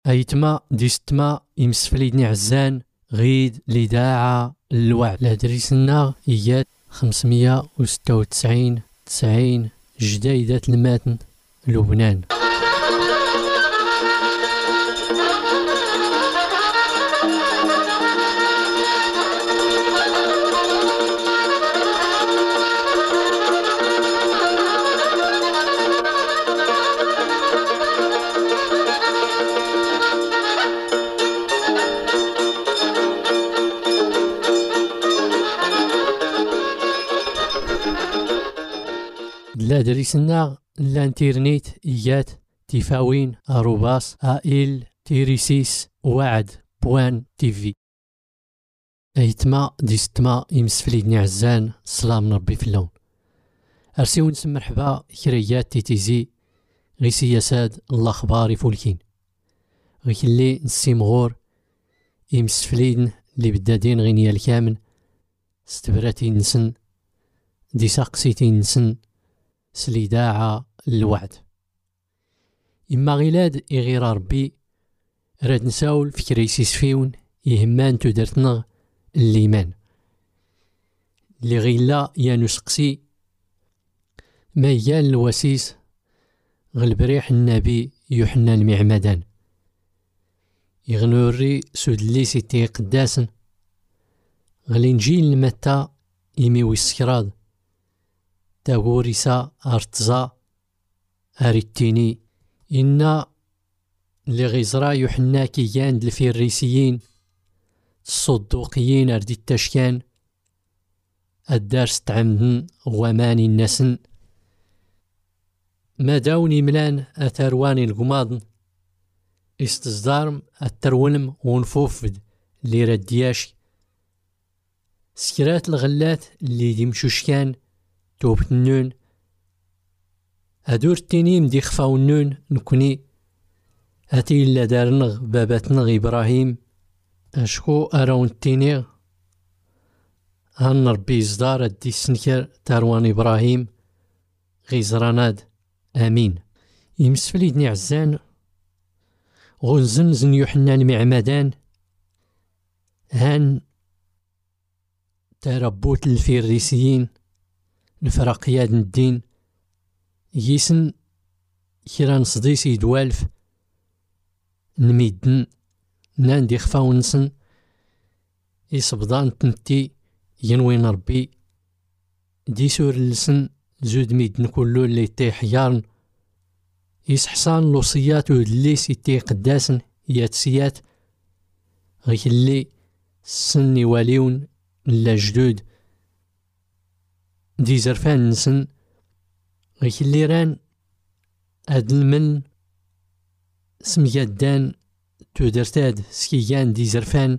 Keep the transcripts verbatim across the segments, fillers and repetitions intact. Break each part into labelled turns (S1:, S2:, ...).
S1: أيتما ديستما يمسفليدني عزان غيد لداعة الوعد لهدريسنا إيات خمسمية وستة وتسعين تسعين جديدة الماتن لبنان. لا دريسنا الانترنت إيات تفاوين أروباس آئل تيريسيس وعد بوان تيفي. أيتما ديستما يمسفليدني عزان سلام ربي في اللون. أرسيو نسم مرحبا كريات تيتيزي غي سياساد الأخبار فولكين غي اللي نسيمغور يمسفليدن اللي بدادين غينيا الكامن استبراتي نسن دي ساقسيتي نسن سليداعة الوعد. إما غيلاد إغير ربي راد نساول في كريسيس فيون يهمان تدرتنا الليمان اللي غيلا يانو سقسي ما يان الوسيس غالبريح النبي يوحنا المعمدان يغنوري سودلي سيتي قداسن غالينجيل المتى يميوي السكراد تاغوريسا ارتزا اريتيني إنا اللي غيزرا يوحنا كيان الفريسيين الصدوقيين اردي التشكان الدارس تعمدن غواماني الناسن ما داوني ملان أثرواني القماضن استصدارم الترولم ونفوفد اللي ردياش سكرات الغلات اللي ديمشوشكان توبت النون هدور التينيم دي خفاو النون نكوني هاتي إلا دارنغ باباتنغ إبراهيم أشكو أراون التينيغ هان ربي إصدار أدي السنكر تاروان إبراهيم غيزراناد آمين. يمسفليدني عزان غنزمزن يوحنا المعمدان هان تربوت الفريسيين الفرقياد الدين يسن كيران صديسي دوالف نميدن نان دي خفاو نسن يصبضان تنتي ينوين ربي دي سور اللسن زود ميدن كلو اللي يطيح يارن يسحسان لوصيات ودليس يتي قداسن ياتسيات غيك اللي سن يواليون لا جدود دي زرفان نسن غيك اللي ران هاد المن سميادان تودرتاد سكيان دي زرفان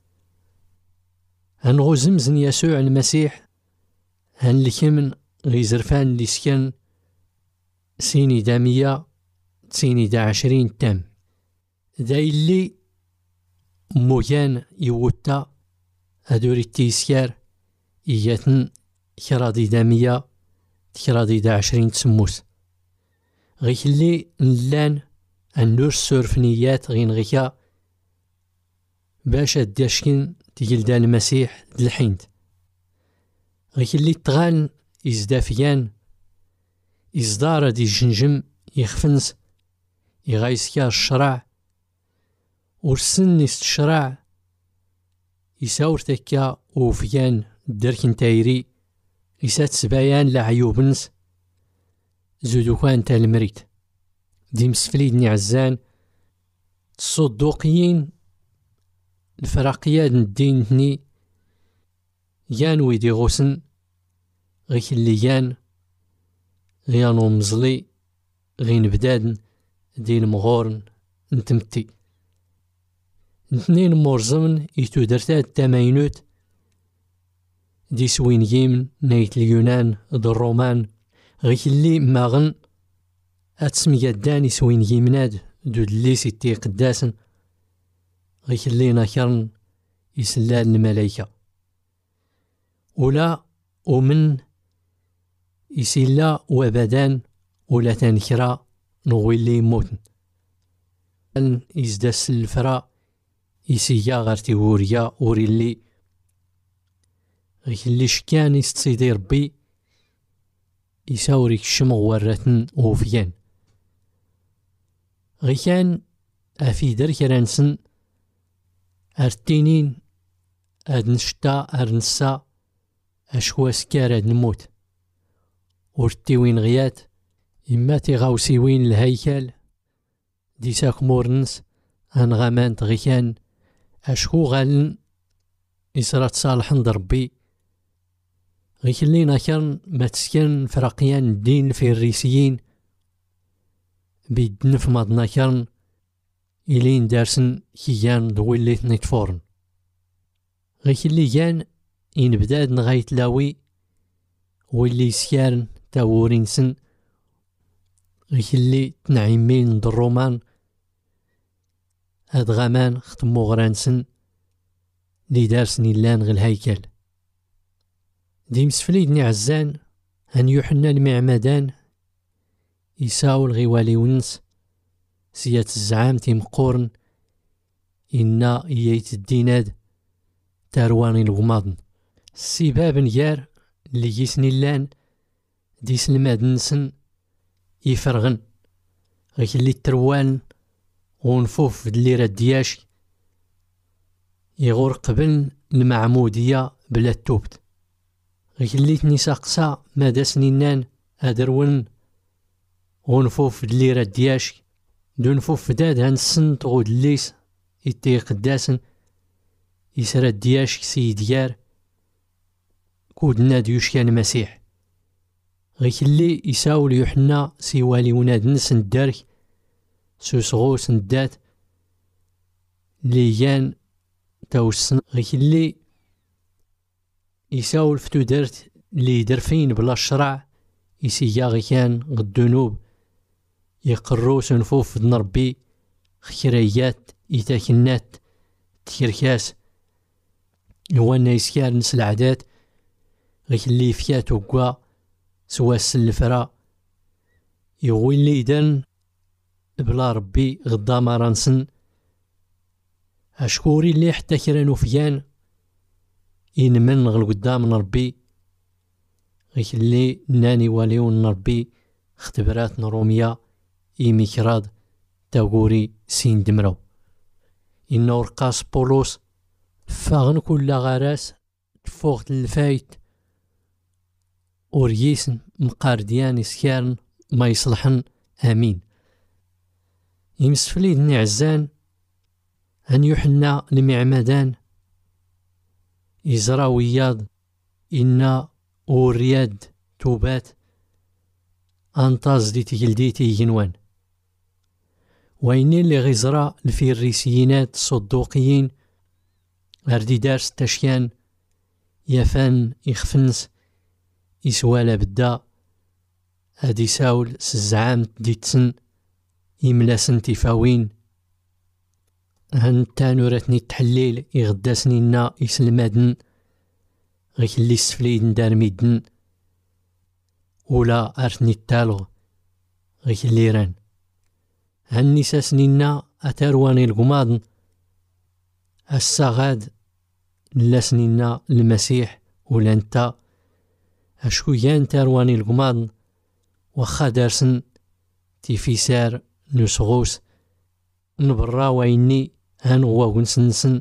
S1: هنغو زمزن يسوع المسيح هن لكمن غي زرفان اللي سكن سيني دامية سيني دا عشرين تام دا اللي مويان يوتا هدوري التيسكار إياتن كرادي دامية كرادي دا عشرين تسموس غيك اللي نلان النور السورفنيات غين غيكا باش الداشكن تيجلدا المسيح دالحينت غيك اللي تغان إزدافيان إصدار دي الجنجم يخفنس يغايسكا الشرع ورسن يستشرع يساور تكا وفيان دركن تايري يسات سبايان لعيوبنس زودو كان تالمريت دي مسفليدني عزان الصدوقيين الفرقيات الدين هني يان ويدي غوسن غيك اللي يان غيانو مزلي غين بدادن دين مغورن نتمتي اثنين مورزمن يتو درتاد تماينوت دي سوين يمن نايت اليونان دو الرومان غيك اللي ماغن اتسمي داني سوين يمناد دو دليسي تي قداسن غيك اللي ناكرن يسلال الملايكة ولا ومن يسلا وابدان ولا تنكرا نغوي اللي يموتن إزداس الفرا إسيا غار تيوريا وريلي غيلي شكان يستيدي ربي يساوريك الشمغ وراتن وفيان غيكان أفيدر كرانسن أرتينين أد نشتا أرنسا أشواس كار أد نموت ورتيوين غيات إما تيغاوسيوين الهيكل ديساك مورنس أنغامان تغيكان أشكو غالن إسرات صالحن دربي غيكلينا كان ما تسكن فرقيان الدين في الريسيين بيدن في مضنا كان إلين دارسن كيان دويليت نيتفورن غيكلي كان إن بداد نغايت لاوي واللي سكارن تاورينسن غيكلي تنعيمين درومان هاد غامان ختمو غرانسن لي دارسن إلان غي الهيكل دي مسفليدني عزان هن يوحنا المعمدان يساول غيوالي ونس سيات الزعام تيمقورن إنا إيايت الديناد تارواني الغماضن السباب نيار اللي يسني اللان ديس المادنسن يفرغن غيكلي التروان ونفوف دليرة دياش يغور قبل المعمودية بلا التوبت غيكلي تنساقسا مادا سنينان أدرون ونفوف دليرة دياش دون فوف داد هنسن تغود الليس إتي قداسن يسرى دياش سيديار كود ناديوش كان مسيح غيكلي يساول يوحنا سيوالي وناد نسن الدارك سوسغو سندات ليان تاوسن غيكلي يساول فتو درت لي درفين بلا الشرع يسيا غيكان غدنوب يقرو سنفوف نربي خيريات إتاكنات تكركاس يوانا يسكار نس العادات غيكلي فيات وقوا سوا السلفرا يغويلي دان بلا ربي غدا مرانسن أشكوري اللي حتى كرانو فيان إنمن غل قدام ربي غيكلي ناني واليون ربي اختبارات نروميا إيميكراد تاغوري سين دمرو إنو رقاس بولوس فاغن كل غراس تفوغت الفايت وريسن مقارديان إسكارن ما يصلحن آمين يمسفليد نعزان أن يوحنا لمعمدان إزرا وياض إنا ورياد توبات أنطاز دي تجلديتي ينوان وإني اللي غزرا الفيريسيينات الصدوقيين أردي دارس تشيان يفان يخفنس يسوالا بدا هادي ساول سزعام ديتسن يملاسن تفاوين هن تانو راتني التحليل يغداسنينا يسلمادن غيكلي السفليدن دارميدن ولا أرثني التالغ غيكلي ران هني ساسنينا أتارواني القماضن الساغاد لاسنينا المسيح ولا انت أشكو يان تارواني القماضن وخا دارسن تيفيسار نسغوس نبرا ويني هنغوا ونسنسن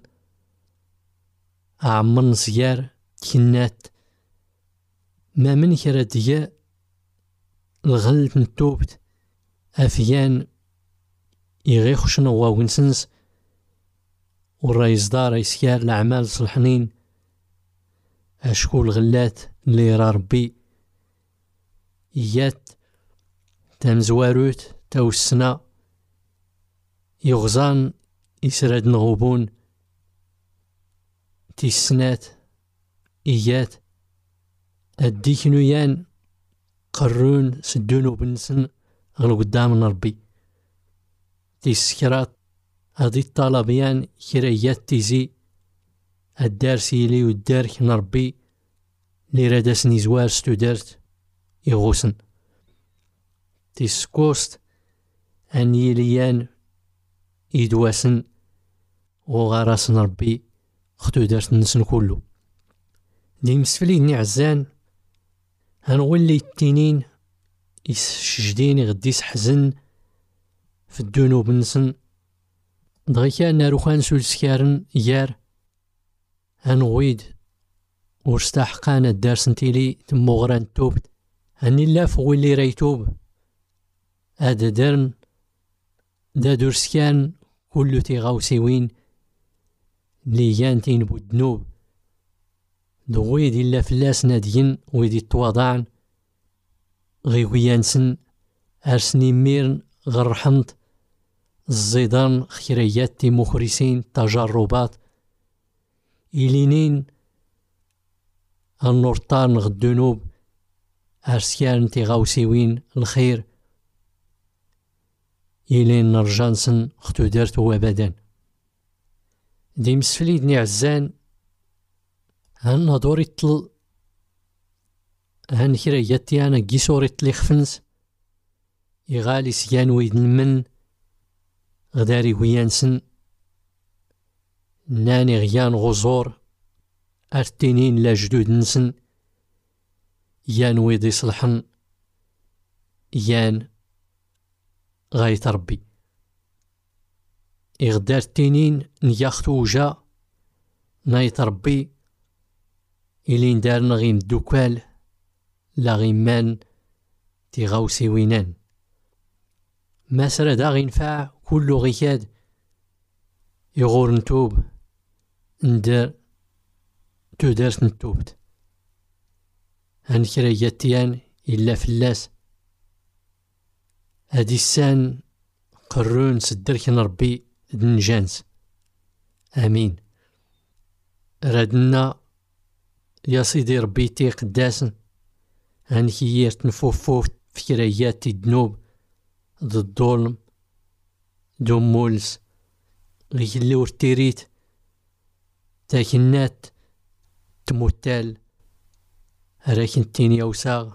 S1: أعمر نصيار كنات ما من كرادية الغلط نتوبت أفيان يغيخش نغوا ونسنس والرئيس دار يسكار الأعمال صلحنين أشكو الغلات اللي يرى ربي إيات تمزواروت توسنا يغزان يسرد نغوبون تيسنات إيات الديكنويان قرون سدونو بنسن غلو قدام ربي تيسكرات هادي الطلبيان كريات تيزي الدار سيلي والدارك نربي لي رادسني زوار ستودرت يغوسن تيسكوست أن يليان يدواسن وغاراسن ربي ختو دارت النسن كله. دي مسفلي نعزان هنولي التنين يسجديني غديس حزن في الدنوب نسن دغي كان روخان سول سكارن يار هنغويد ورستحقانا الدارسن تيلي تمو غران توبت هني لاف ويلي رايتوب هذا درن دا دورسكان كلو تيغاوسيوين لي يانتين بودنوب دوغويد إلا فلاس نادين ويدي التواضعن غيويانسن أرسني ميرن غرحمت الزيدان خيريات تي مخرسين تجربات إلينين النورطان غدنوب أرسكان تيغاوسيوين الخير إلين نرجانسن ختو دارتو أبدا. دي مسفليدني عزان هن هدوري تل هن كرياتي أنا جيسوري تلي خفنس يغالي سيان ويدن من غداري ويانسن ناني غيان غزور أرتينين لا جدود نسن يان ويدي صلحن يان غاية ربي إغدار تينين نياختو وجا نايت ربي إلين دارنا غيم الدوكال لا غيمان تيغاوسي وينان ما سردا غينفع كلو غيكاد يغور نتوب ندار تو دارت نتوبت هان كرياتيان إلا فلاس هادي السان قرون سدرك نربي دنجانس آمين. رادنا يا سيدي ربي تي قداسن هانكي تنفوفوف في كرايات الذنوب ضد الظلم دوم مولس غيلي ورتيريت تاكنات تموتال راكن تيني أوساغ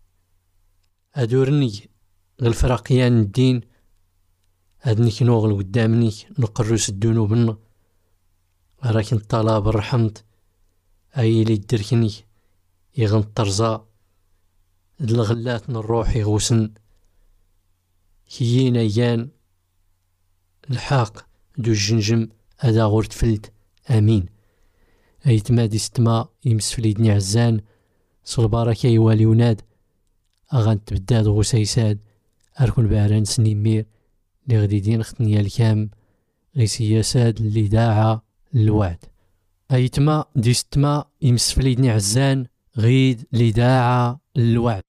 S1: أدورني غالفراقيان الدين هادنيك نوغل قدامنيك نقروس الدنوبنا راكن طلاب الرحمت أي لي دركني يغن الطرزا الغلات نروح يغوسن كيين أيان الحاق دو الجنجم هذا غورت فلت آمين. أيتمادي ستما يمسفليدني عزان صلباركا يوالي وناد أغان تبداد غوسيساد أركن بعران سني مير لي غدي دين ختنيا الكام غي سياساد اللي داعا الوعد. أيتما دي ستما يمسفليدني عزان غيد اللي داعا الوعد.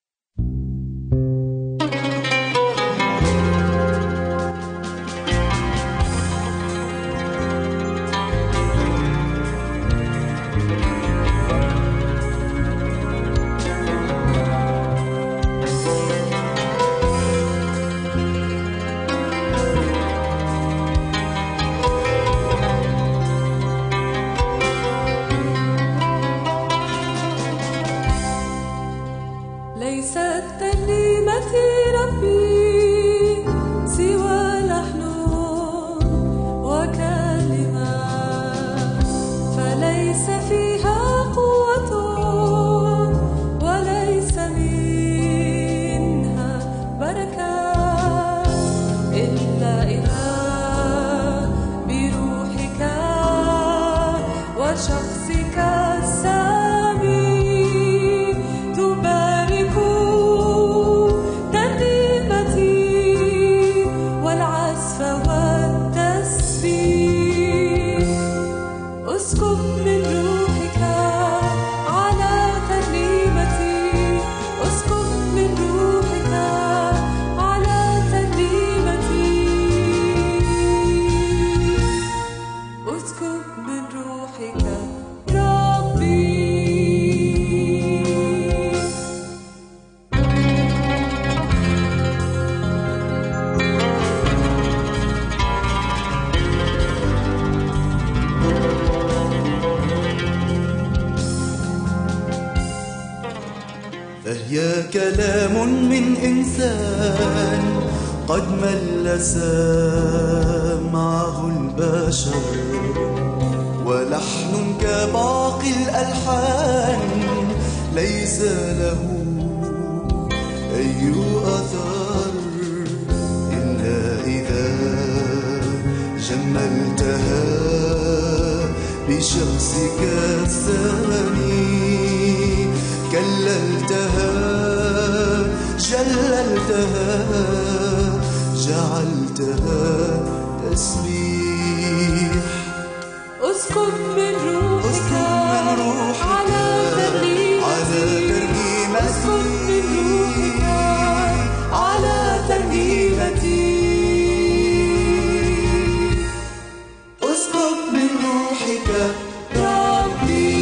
S2: فهي كلام من إنسان قد ملس معه البشر، ولحن كباقي الألحان ليس له أي أثر إلا إذا جملتها بشخصك الثاني، كللتها جللتها جعلتها تسبيح.
S3: اسكب من روحك على ترنيمتي، اسكب من روحك على ترنيمتي،
S2: اسكب من روحك
S3: ربي.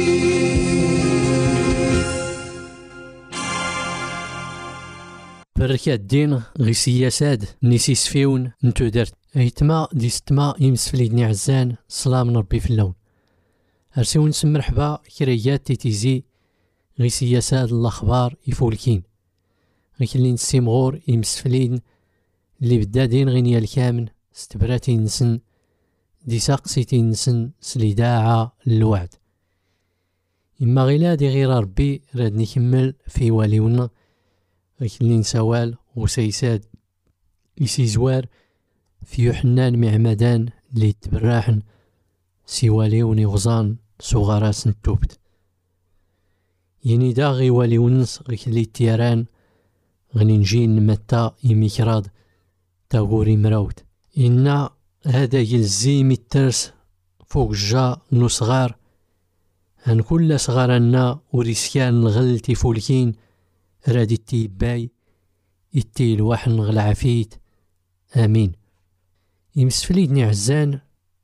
S1: بركة الدين غي سياساد نيسي سفيون نتو درت ايتما دي ستما يمسفليدني عزان صلاة من ربي في اللون. ارسيو نسم مرحبا كريات تيتيزي غي سياساد الاخبار يفولكين غي كلين السيمغور يمسفلين اللي بدادين غينيا الكامن استبراتي نسن دي ساقسيتي نسن سليداعة الوعد. إما غيلا دي غير ربي راد نكمل في واليونا غي كلين سوال وسيساد يسي زوار في يوحنان معمدان اللي تبراحن سيواليوني غزان صغاراس نتوبت. يني دا غي واليونس غي كلي تيران غني نجي نمتا يميكراد تاغوري مراوت. إنا هذا يلزيم الترس فوق جا نو صغار هن كل صغارنا وريسكان الغل تيفولكين رادي التيباي التي الوحن غلعفيت آمين. يمسفليدني عزان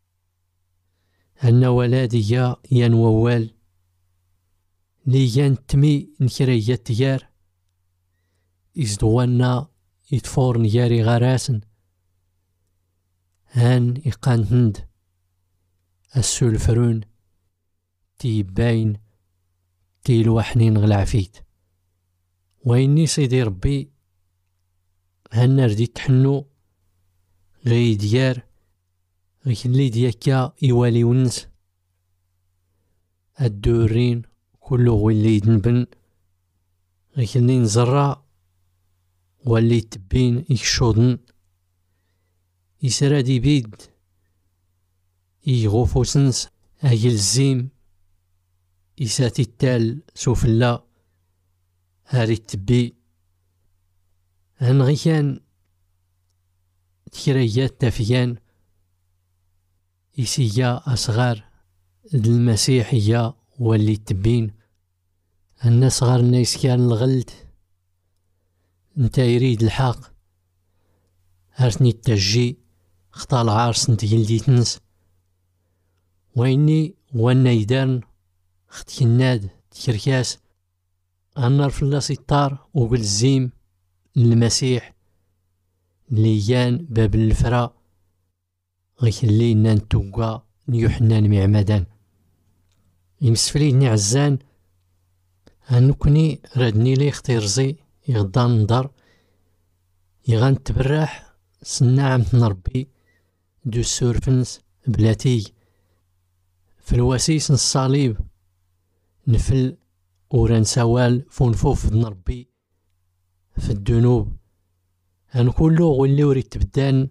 S1: أن ولادي يا ينووال لي ينتمي نكرية تيار إزدوانا يتفور نياري غراسن هان إقانتند السلفرون تيباين تي الوحنين غلعفيت. وإني سيدي ربي هان ردي تحنو غي ديار غي اللي ديكا إيوالي ونس الدورين كله واللي يدنبن غي اللي نزرع واللي تبين يكشودن يسرادي بيد يغوفو سنس أجل الزيم يساتي التال سوفلا هاري التبي هن غيان تكريات تافيان إسيا أصغار المسيحية واللي تبين أن صغار الناس كان الغلد انت يريد الحق هرتني التجي خطا العرس انت جلدي تنس وإني وانا يدان خت كناد تكركاس النار فلاس الطار وقل الزيم المسيح ليان باب الفرا غيخلي نانتوقا نيوحنان معمدان. يمسفليني عزان هنكني رادني لي اختيرزي يغضان نضر يغان تبراح سنعم نربي دو سورفنس بلاتي في الواسيس الصليب نفل وران سوال فونفوف نربي في الدنوب هنكولو غولي وريد تبدان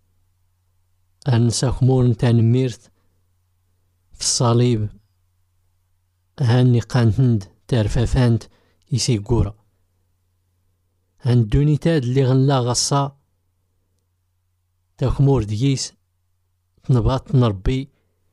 S1: هنساكمور نتا نميرت في الصليب هاني قانتند تارفافانت يسي قورا هان دونيتاد اللي غنلا غصا تاكمور ديس تنبات نربي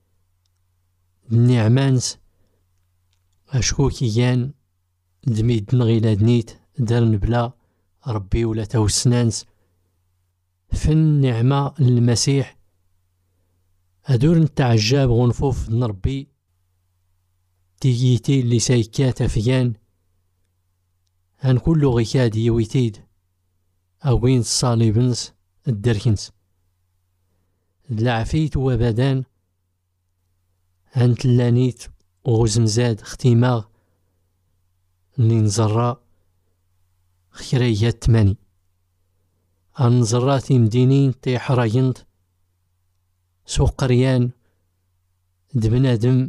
S1: النعمانس أشكوكيان دميد نغيلا دنيت درن بلا ربي ولا توسنانس في النعمة المسيح هدور نتعجاب غنفوف نربي تيجيتي اللي سايكاتا فيان هن كله غيكاد يويتيد أوين الصالبنس الدركنس العفيت وبدان هن تلانيت وغزمزاد اختيماغ اللي نزرا خيرية تماني أنزرات مدينين تيحرينت سوق ريان دبنادم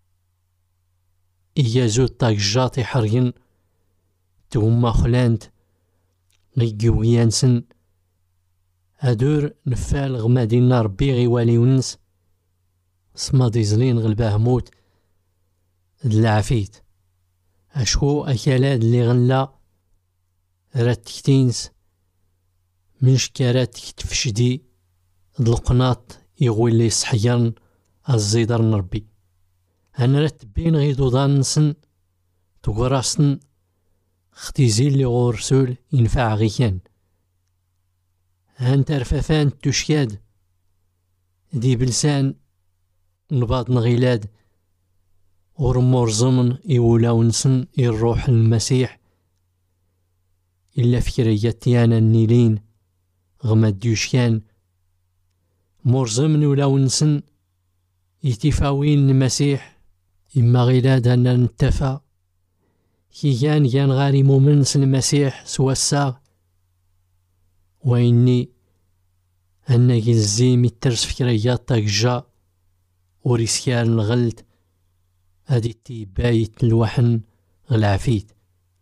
S1: إيازو طاقجات يحرين توما خلانت غيقويانسن أدور نفال غمادين ربي غيوالي ونس صمادي زلين غالباهموت العفيت أشكو أكالاد اللي غنلا رات تكتينس من شكارات تكتفشدي القناط يغوي اللي صحيان الزيدر نربي أنا رتبين غيدو دانسن تقراسن اختيزي اللي غورسول ينفع غيكان هان ترفافان تشكاد دي بلسان نباط نغيلاد ورمور زمن يولاونسن يروح المسيح إلا فكريات تيانا النيلين غماد ديوشكان مرزمن ولاونسن يتفاوين المسيح إما غيلاد أننا نتفا كي كان كان غاري مومنس المسيح سوا الساغ وإني أنا الزيم يترس فكريات طاقجا وريسكار الغلط هادي تيبايت الوحن غالعفيت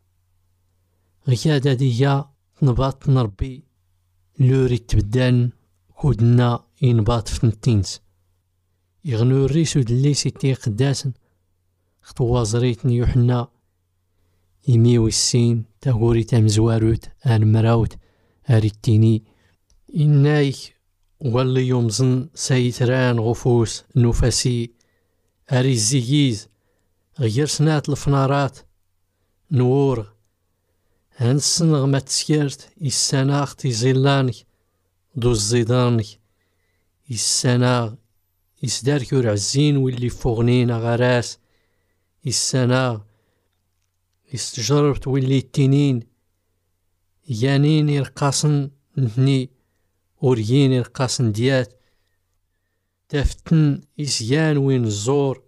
S1: غياد هاديا نباط نربي لوري تبدان كودنا ينباط في نتينس يغنو الريسو دلي سيتي قداسن خطوا زريتني يوحنا يميو السين تاغوري تامزواروت ان مراوت اريتيني إنايك واللي يومزن سيتران غفوس نفسي اري الزيجيز غير سنات الفنارات نور هنسن غما تسكرت السناغ تيزيلانك دو الزيدانك السناغ يسدار كور عزين واللي فوغنين غراس السناغ يستجربت واللي التنين يانين يرقاصن نثني وريين يرقاصن ديات تفتن إسيان وين الزور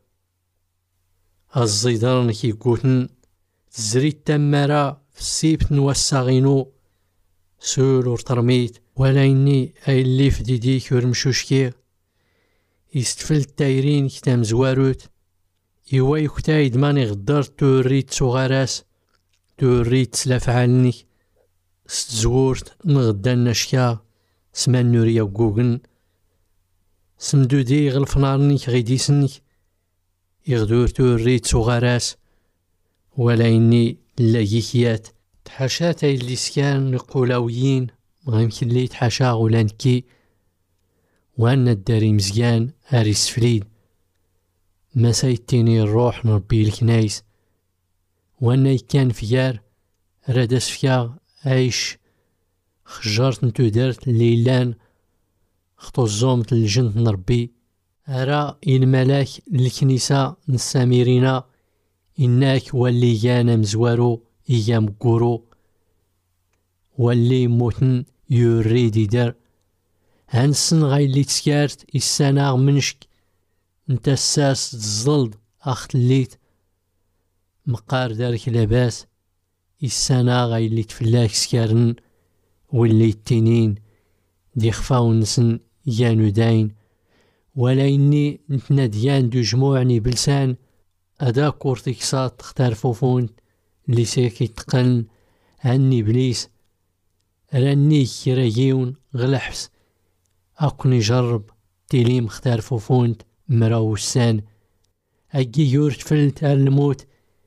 S1: الزيدان كي قوتن تزريت تمارا في السيبت نوساغينو سول ورترميت ولا إني أي اللي في ديديك ورمشوشكي يستفل التايرين كتام زواروت إوا يكتايد ماني غدار توريت صغاراس توريت سلافعالني ستزورت نغدان نشكا سمان نوريا وقوغن سمدودي غلفنارنيك غيديسنك يغدور توريت صغاراس ولا إني لايكيات تحاشات اللي سكان نقولاويين مغيمكن لي تحاشا غولانكي وانا الداري مزيان هاري سفليد ما سايتيني الروح نربي الكنايس وانا يكان فيار رادس فيا عايش خجرت نتو دارت الليلان خطو الزومت الجنت نربي أرى الملاك الكنيسة نساميرينا إناك واللي جانا مزوارو إيام قورو واللي موتن يوريدي دار هنسن غاي اللي تسكارت السناغ منشك انت الساس تزلد أخت الليت مقار دارك لاباس السناغ غاي اللي تفلاك سكارن واللي التنين دي خفاو نسن يانو داين ولا إني نتناديان دو جموعني بلسان أدا كورتيكسات تختار فوفون اللي سيكي تقن عني بليس راني كرايون غلحس أكون يجرب تيليم اختار فوفونت مراوسان أجي يورت فلت الموت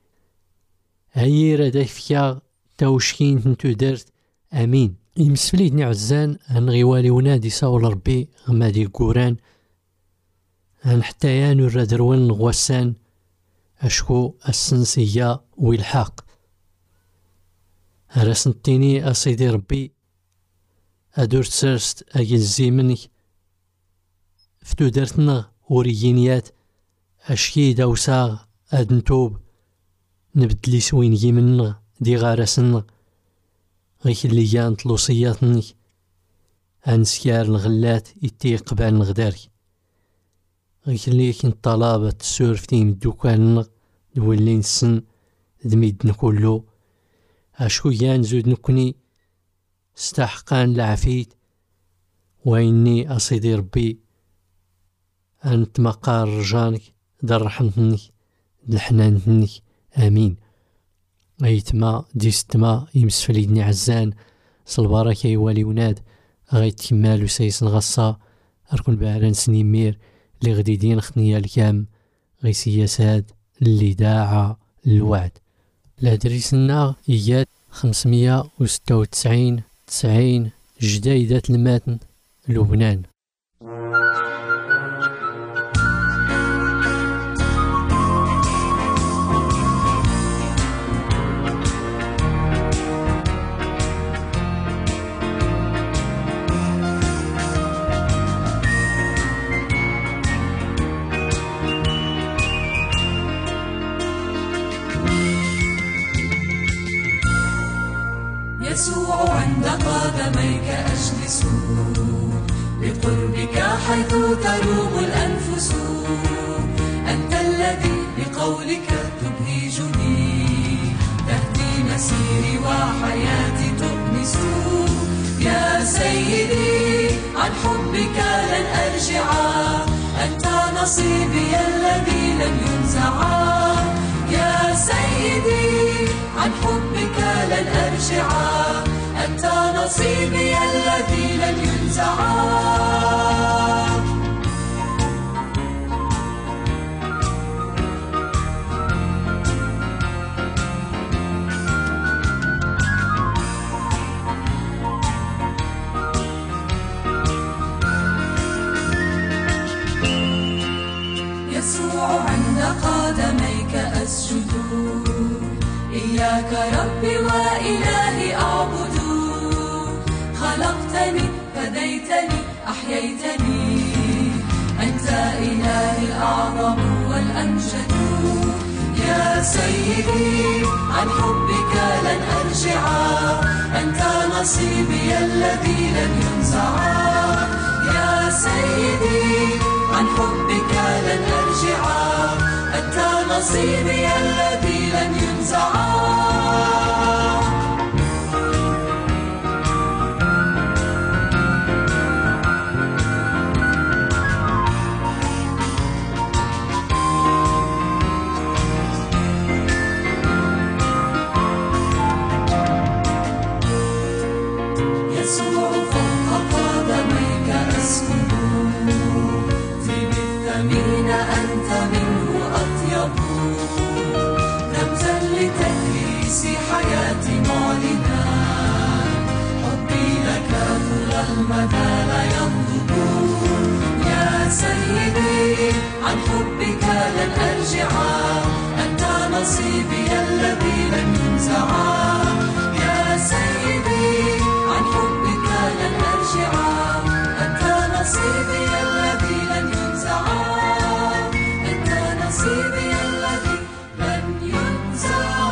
S1: هيرا داك فيا توشكين نتو درت أمين يمسفليدني عزان هن غيوالي ونادي ساول ربي غمادي قوران هن حتى يانو الردروان غوسان أشكو السنسية والحق هرسنتيني أسيدي ربي أدور تسرست أجي الزيمنك فتو درتنا وريينيات أشكي دوساغ أدنتوب نبدلي سوين يمنا دي غارسنا غيك اللي جان طلوصياتنك هنسكار الغلات يتي قبال نغدارك غيك اللي كنت طلابة تسورفتي مدوكالنا دولين السن دميدن كلو أشكو جان زود نكوني استحقان العفيت، وإني أصيدي ربي أن تمقار رجانك در رحمتنك در حنانتنك. آمين. أيتما ديستما يمسفليدني عزان صلبارك يوالي وناد غيت كمال وسيسن غصا أركن بعران سنيمير اللي غديدين خطنيا الكام غي سياسات اللي داعا الوعد. الأدريسنا إياد خمسمية وستة وتسعين تسعين جديدة الماتن لبنان.
S3: يسوع عند قدميك أجلس بقربك حيث تروم الأنفس. أنت الذي بقولك تبهجني، تهدي مسيري وحياتي تؤنس. يا سيدي عن حبك لن أرجع، أنت نصيبي الذي لن ينزع. يا سيدي عن حبك لن أرجع، أنت نصيبي الذي لن ينزع. يسوع عند قدميك أسجد، إياك ربي وإلهي أعبد. خلقتني فديتني أحييتني، أنت إلهي الأعظم والأمجد. يا سيدي عن حبك لن أرجع، أنت نصيبي الذي لن ينزع. يا سيدي عن حبك لن أرجع، أنت نصيبي الذي لن ينزع. يسوع فوق قدميك أسكن، في بالثمين أنت منه أطيب. رمزا لتكريس حياتي معلنا، حبي لك طول المدى لا ينضب. يا سيدي عن حبك لن أرجع، أنت نصيبي الذي لن ينزع. يا سيدي عن حبك لن أرجع، أنت نصيبي الذي لن ينزع. أنت نصيبي الذي لن ينزع.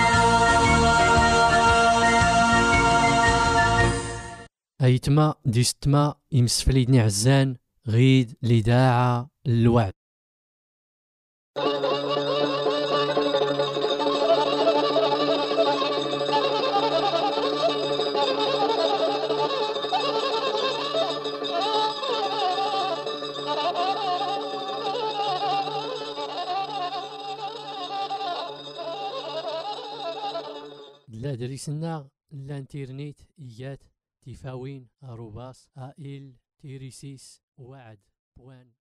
S1: أيتما ديستما يمسفليدني عزان غيد لداعة الوعد. لا دريسنا الانترنت إيات تفاوين أروباس آئل تيريسيس وعد بوان